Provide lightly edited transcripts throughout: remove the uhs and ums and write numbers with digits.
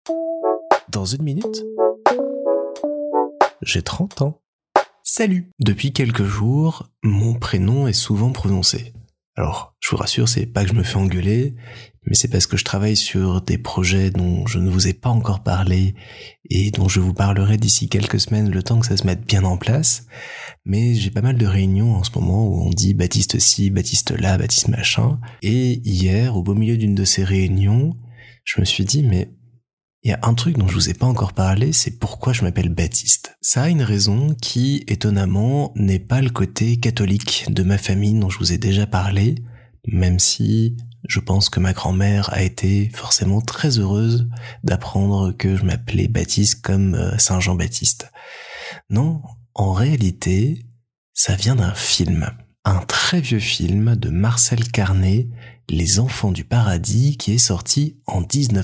Dans une minute, j'ai 30 ans. Salut! Depuis quelques jours, mon prénom est souvent prononcé. Alors, je vous rassure, c'est pas que je me fais engueuler, mais c'est parce que je travaille sur des projets dont je ne vous ai pas encore parlé et dont je vous parlerai d'ici quelques semaines, le temps que ça se mette bien en place. Mais j'ai pas mal de réunions en ce moment où on dit Baptiste ci, Baptiste là, Baptiste machin. Et hier, au beau milieu d'une de ces réunions, je me suis dit, mais il y a un truc dont je vous ai pas encore parlé, c'est pourquoi je m'appelle Baptiste. Ça a une raison qui, étonnamment, n'est pas le côté catholique de ma famille dont je vous ai déjà parlé, même si je pense que ma grand-mère a été forcément très heureuse d'apprendre que je m'appelais Baptiste comme Saint Jean-Baptiste. Non, en réalité, ça vient d'un film. Un très vieux film de Marcel Carné, Les Enfants du Paradis, qui est sorti en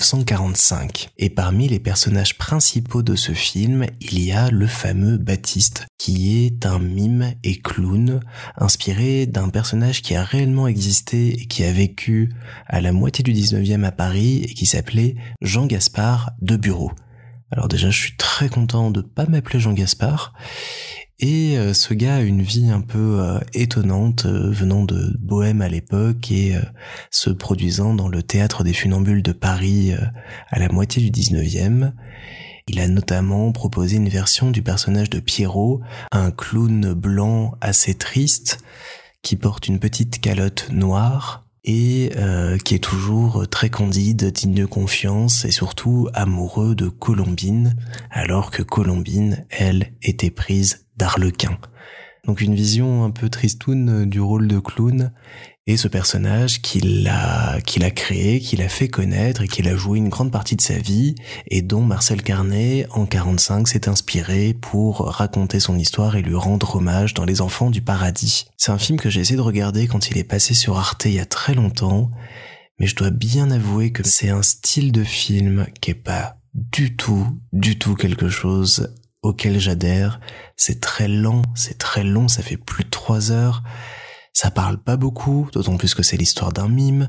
1945. Et parmi les personnages principaux de ce film, il y a le fameux Baptiste, qui est un mime et clown, inspiré d'un personnage qui a réellement existé et qui a vécu à la moitié du 19e à Paris et qui s'appelait Jean Gaspard de Bureau. Alors déjà, je suis très content de pas m'appeler Jean Gaspard. Et ce gars a une vie un peu étonnante, venant de Bohème à l'époque et se produisant dans le théâtre des Funambules de Paris à la moitié du 19e. Il a notamment proposé une version du personnage de Pierrot, un clown blanc assez triste, qui porte une petite calotte noire et qui est toujours très candide, digne de confiance et surtout amoureux de Colombine, alors que Colombine, elle, était prise d'Arlequin. Donc une vision un peu tristoune du rôle de clown et ce personnage qu'il a créé, qu'il a fait connaître et qu'il a joué une grande partie de sa vie et dont Marcel Carné, en 45, s'est inspiré pour raconter son histoire et lui rendre hommage dans Les Enfants du Paradis. C'est un film que j'ai essayé de regarder quand il est passé sur Arte il y a très longtemps, mais je dois bien avouer que c'est un style de film qui est pas du tout quelque chose auquel j'adhère. C'est très lent, c'est très long, ça fait plus de 3 heures. Ça parle pas beaucoup, d'autant plus que c'est l'histoire d'un mime.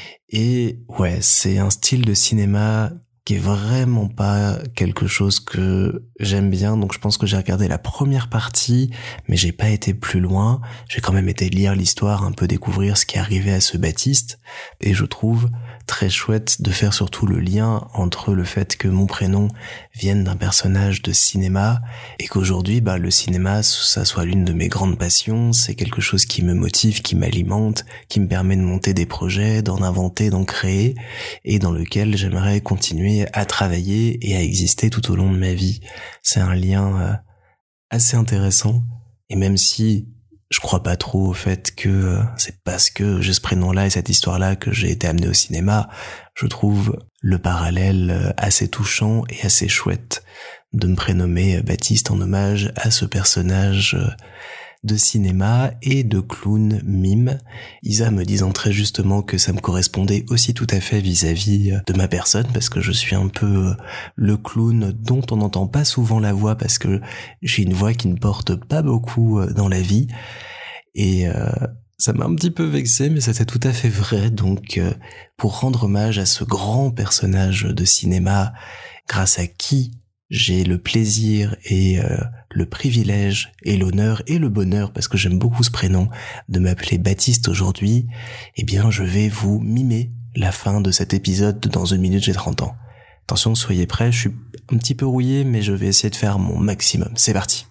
Et ouais, c'est un style de cinéma qui est vraiment pas quelque chose que j'aime bien. Donc je pense que j'ai regardé la première partie, mais j'ai pas été plus loin. J'ai quand même été lire l'histoire, un peu découvrir ce qui arrivait à ce Baptiste. Et je trouve très chouette de faire surtout le lien entre le fait que mon prénom vienne d'un personnage de cinéma et qu'aujourd'hui, le cinéma, ça soit l'une de mes grandes passions. C'est quelque chose qui me motive, qui m'alimente, qui me permet de monter des projets, d'en inventer, d'en créer et dans lequel j'aimerais continuer à travailler et à exister tout au long de ma vie. C'est un lien assez intéressant et même si je crois pas trop au fait que c'est parce que j'ai ce prénom-là et cette histoire-là que j'ai été amené au cinéma. Je trouve le parallèle assez touchant et assez chouette de me prénommer Baptiste en hommage à ce personnage de cinéma et de clown mime. Isa me disant très justement que ça me correspondait aussi tout à fait vis-à-vis de ma personne parce que je suis un peu le clown dont on n'entend pas souvent la voix parce que j'ai une voix qui ne porte pas beaucoup dans la vie et ça m'a un petit peu vexé mais c'était tout à fait vrai. Donc pour rendre hommage à ce grand personnage de cinéma grâce à qui j'ai le plaisir et le privilège et l'honneur et le bonheur, parce que j'aime beaucoup ce prénom, de m'appeler Baptiste aujourd'hui, eh bien je vais vous mimer la fin de cet épisode de Dans une minute j'ai 30 ans. Attention, soyez prêts, je suis un petit peu rouillé, mais je vais essayer de faire mon maximum. C'est parti.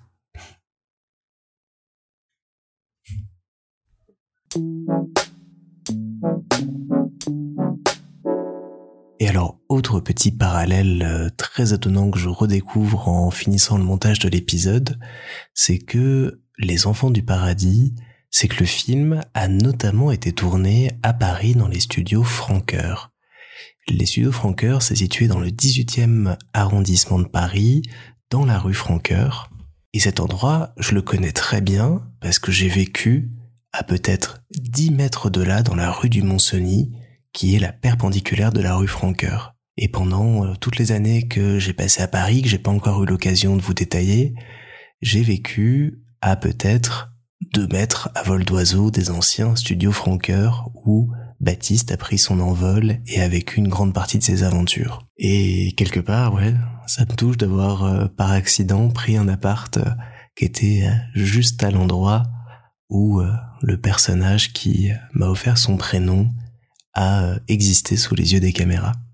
Et alors, autre petit parallèle très étonnant que je redécouvre en finissant le montage de l'épisode, c'est que Les Enfants du Paradis, c'est que le film a notamment été tourné à Paris dans les studios Francoeur. Les studios Francoeur, c'est situé dans le 18e arrondissement de Paris, dans la rue Francoeur. Et cet endroit, je le connais très bien parce que j'ai vécu à peut-être 10 mètres de là dans la rue du Mont-Cenis, qui est la perpendiculaire de la rue Francoeur. Et pendant toutes les années que j'ai passées à Paris, que j'ai pas encore eu l'occasion de vous détailler, j'ai vécu à peut-être 2 mètres à vol d'oiseau des anciens studios Francoeur où Baptiste a pris son envol et a vécu une grande partie de ses aventures. Et quelque part, ouais, ça me touche d'avoir par accident pris un appart qui était juste à l'endroit où le personnage qui m'a offert son prénom a existé sous les yeux des caméras.